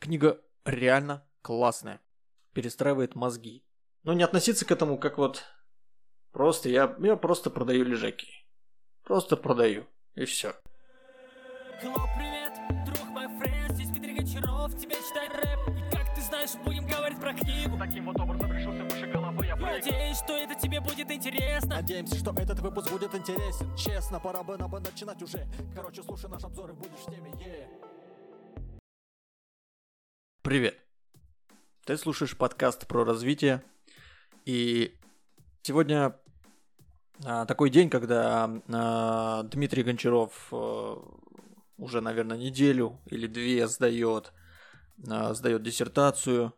книга реально классная. Перестраивает мозги. Но не относиться к этому как вот просто я просто продаю лежаки. Просто продаю. И все. Hello, привет, друг мой френд, здесь Дмитрий Гончаров, тебя читает рэп. И как ты знаешь, будем говорить про книгу. Таким вот образом решился выше головы я прыгну. Надеюсь, что это тебе будет интересно. Надеемся, что этот выпуск будет интересен. Честно, пора бы нам начинать уже. Короче, слушай наш обзор и будешь в теме. Привет. Ты слушаешь подкаст про развитие. И сегодня такой день, когда Дмитрий Гончаров уже, наверное, неделю или две сдает диссертацию.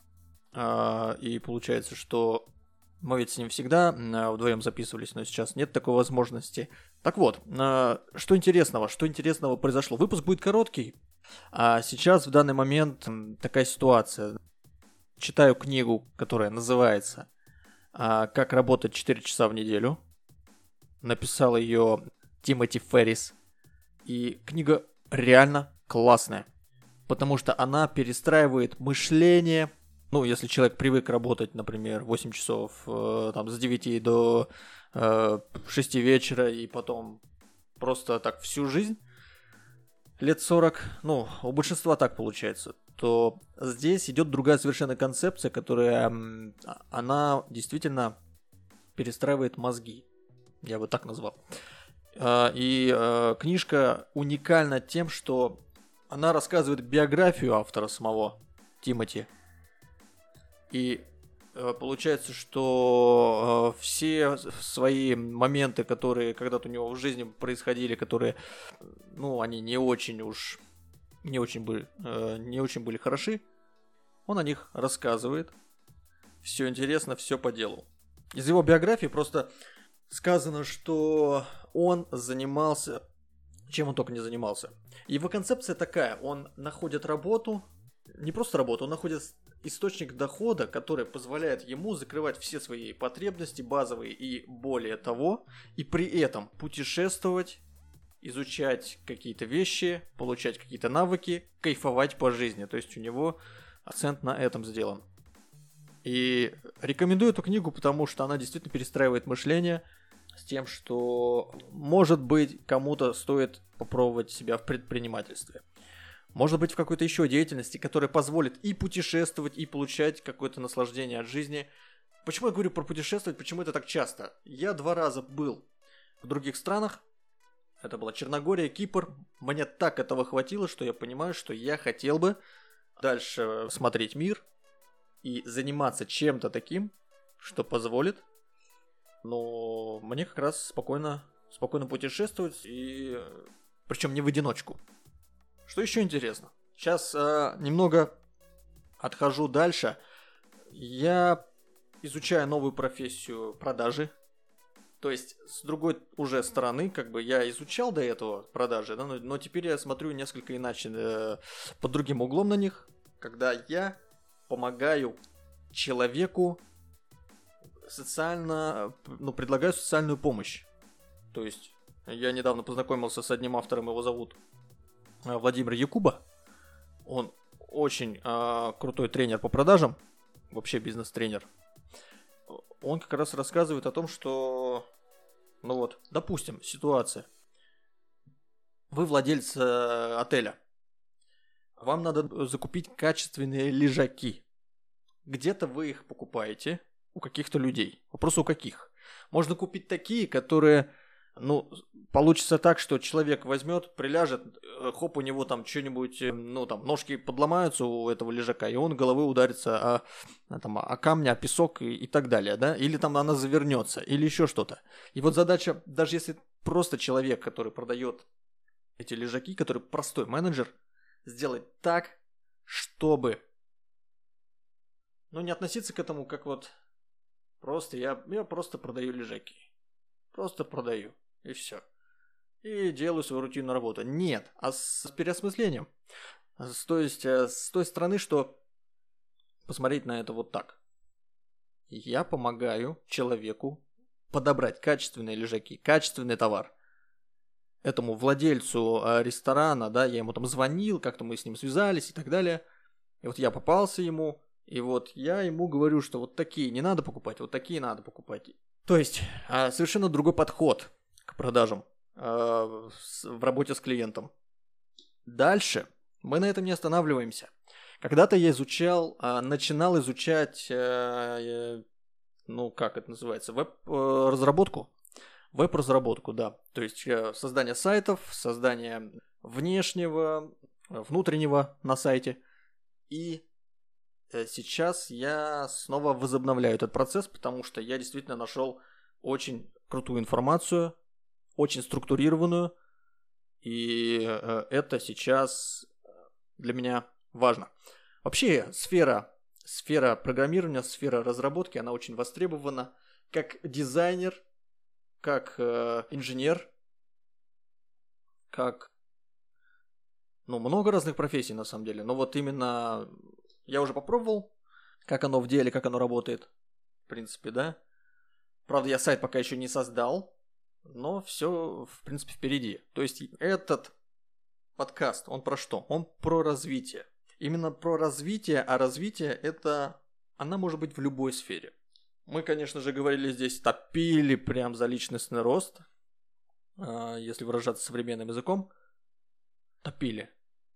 И получается, что мы ведь с ним всегда вдвоем записывались, но сейчас нет такой возможности. Так вот, что интересного произошло? Выпуск будет короткий, а сейчас в данный момент такая ситуация. Читаю книгу, которая называется «Как работать 4 часа в неделю». Написал ее Тимоти Феррис. И книга реально классная, потому что она перестраивает мышление. Ну, если человек привык работать, например, 8 часов с 9 до 6 вечера и потом просто так всю жизнь, лет 40, у большинства так получается, то здесь идет другая совершенно концепция, которая, она действительно перестраивает мозги, я бы так назвал. И книжка уникальна тем, что она рассказывает биографию автора самого, Тимоти. И получается, что все свои моменты, которые когда-то у него в жизни происходили, которые, они не очень были хороши, он о них рассказывает. Все интересно, все по делу. Из его биографии просто сказано, что он занимался, чем он только не занимался. Его концепция такая: он находит работу, не просто работу, он находит источник дохода, который позволяет ему закрывать все свои потребности базовые и более того, и при этом путешествовать, изучать какие-то вещи, получать какие-то навыки, кайфовать по жизни. То есть у него акцент на этом сделан. И рекомендую эту книгу, потому что она действительно перестраивает мышление с тем, что, может быть, кому-то стоит попробовать себя в предпринимательстве. Может быть, в какой-то еще деятельности, которая позволит и путешествовать, и получать какое-то наслаждение от жизни. Почему я говорю про путешествовать? Почему это так часто? Я 2 раза был в других странах. Это была Черногория, Кипр. Мне так этого хватило, что я понимаю, что я хотел бы дальше смотреть мир и заниматься чем-то таким, что позволит, мне как раз спокойно путешествовать, и причем не в одиночку. Что еще интересно? Сейчас немного отхожу дальше. Я изучаю новую профессию продажи. То есть, с другой уже стороны, я изучал до этого продажи, да, но теперь я смотрю несколько иначе, под другим углом на них, когда я помогаю человеку социально, предлагаю социальную помощь. То есть, я недавно познакомился с одним автором, его зовут Владимир Якуба. Он очень крутой тренер по продажам, вообще бизнес-тренер. Он как раз рассказывает о том, что, допустим, ситуация. Вы владелец отеля. Вам надо закупить качественные лежаки. Где-то вы их покупаете у каких-то людей. Вопрос у каких? Можно купить такие, которые, получится так, что человек возьмет, приляжет, хоп, у него там что-нибудь, ножки подломаются у этого лежака, и он головой ударится о камни, о песок и так далее, да? Или там она завернется, или еще что-то. И вот задача, даже если просто человек, который продает эти лежаки, который простой менеджер, сделать так, чтобы, не относиться к этому как вот просто я просто продаю лежаки. Просто продаю. И все. И делаю свою рутинную работу. Нет, а с переосмыслением. То есть, с той стороны, что посмотреть на это вот так. Я помогаю человеку подобрать качественные лежаки, качественный товар. Этому владельцу ресторана, да, я ему там звонил, как-то мы с ним связались и так далее. И вот я попался ему, и вот я ему говорю, что вот такие не надо покупать, вот такие надо покупать. То есть совершенно другой подход к продажам в работе с клиентом. Дальше мы на этом не останавливаемся. Когда-то я начинал изучать, как это называется, веб-разработку. Веб-разработку, да. То есть создание сайтов, создание внешнего, внутреннего на сайте. И сейчас я снова возобновляю этот процесс, потому что я действительно нашел очень крутую информацию, очень структурированную, и это сейчас для меня важно. Вообще сфера программирования, сфера разработки, она очень востребована как дизайнер, как инженер, как много разных профессий на самом деле. Но вот именно я уже попробовал, как оно в деле, как оно работает. В принципе, да. Правда, я сайт пока еще не создал, но все, в принципе, впереди. То есть этот подкаст, он про что? Он про развитие. Именно про развитие, а развитие она может быть в любой сфере. Мы, конечно же, говорили здесь, топили прям за личностный рост, если выражаться современным языком. Топили.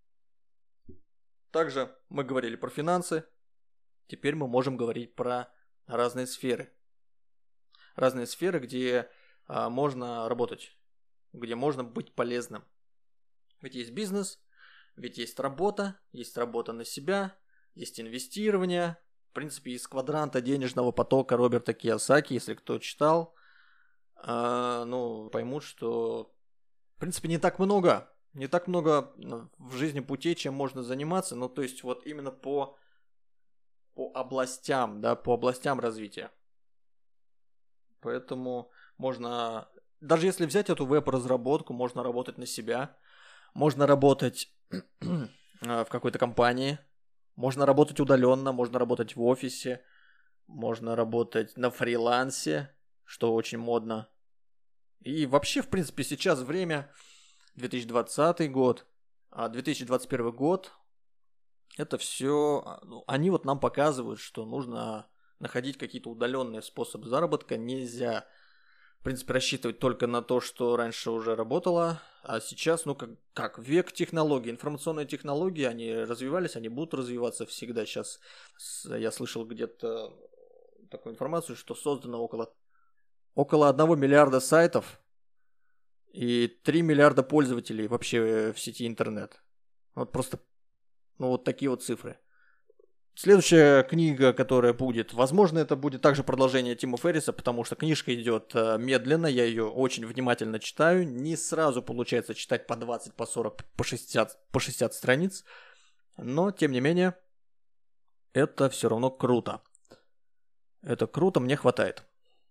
Также мы говорили про финансы. Теперь мы можем говорить про разные сферы. Разные сферы, где можно работать, где можно быть полезным. Ведь есть бизнес, ведь есть работа на себя, есть инвестирование. В принципе, из квадранта денежного потока Роберта Кийосаки, если кто читал, поймут, что, в принципе, не так много в жизни путей, чем можно заниматься. То есть, вот именно по областям, да, по областям развития. Поэтому можно, даже если взять эту веб-разработку, можно работать на себя, можно работать в какой-то компании, можно работать удаленно, можно работать в офисе, можно работать на фрилансе, что очень модно. И вообще, в принципе, сейчас время 2020 год, 2021 год, это все, они вот нам показывают, что нужно находить какие-то удаленные способы заработка. Нельзя, в принципе, рассчитывать только на то, что раньше уже работало, а сейчас, как век технологий, информационные технологии, они развивались, они будут развиваться всегда. Сейчас я слышал где-то такую информацию, что создано около 1 миллиарда сайтов и 3 миллиарда пользователей вообще в сети интернет. Вот просто, вот такие вот цифры. Следующая книга, которая будет, возможно, это будет также продолжение Тима Ферриса, потому что книжка идет медленно, я ее очень внимательно читаю, не сразу получается читать по 20, по 40, по 60 страниц, но, тем не менее, это все равно круто. Это круто, мне хватает.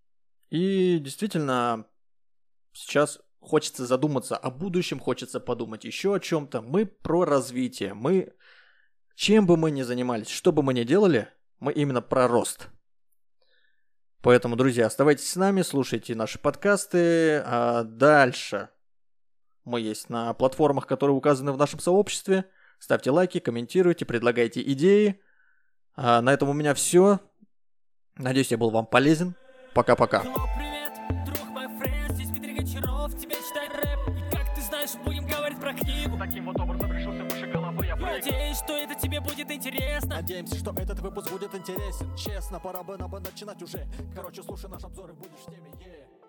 И действительно, сейчас хочется задуматься о будущем, хочется подумать еще о чем-то. Мы про развитие, чем бы мы ни занимались, что бы мы ни делали, мы именно про рост. Поэтому, друзья, оставайтесь с нами, слушайте наши подкасты. А дальше мы есть на платформах, которые указаны в нашем сообществе. Ставьте лайки, комментируйте, предлагайте идеи. На этом у меня все. Надеюсь, я был вам полезен. Пока-пока. Привет, друг мой френд, здесь Дмитрий Гончаров, тебе читать рэп. И как ты знаешь, будем говорить про книгу. Таким вот образом решился выше головы я прыгну. Надеюсь, что это тебе будет интересно. Надеемся, что этот выпуск будет интересен. Честно, пора бы нам начинать уже. Короче, слушай наш обзор и будешь в теме.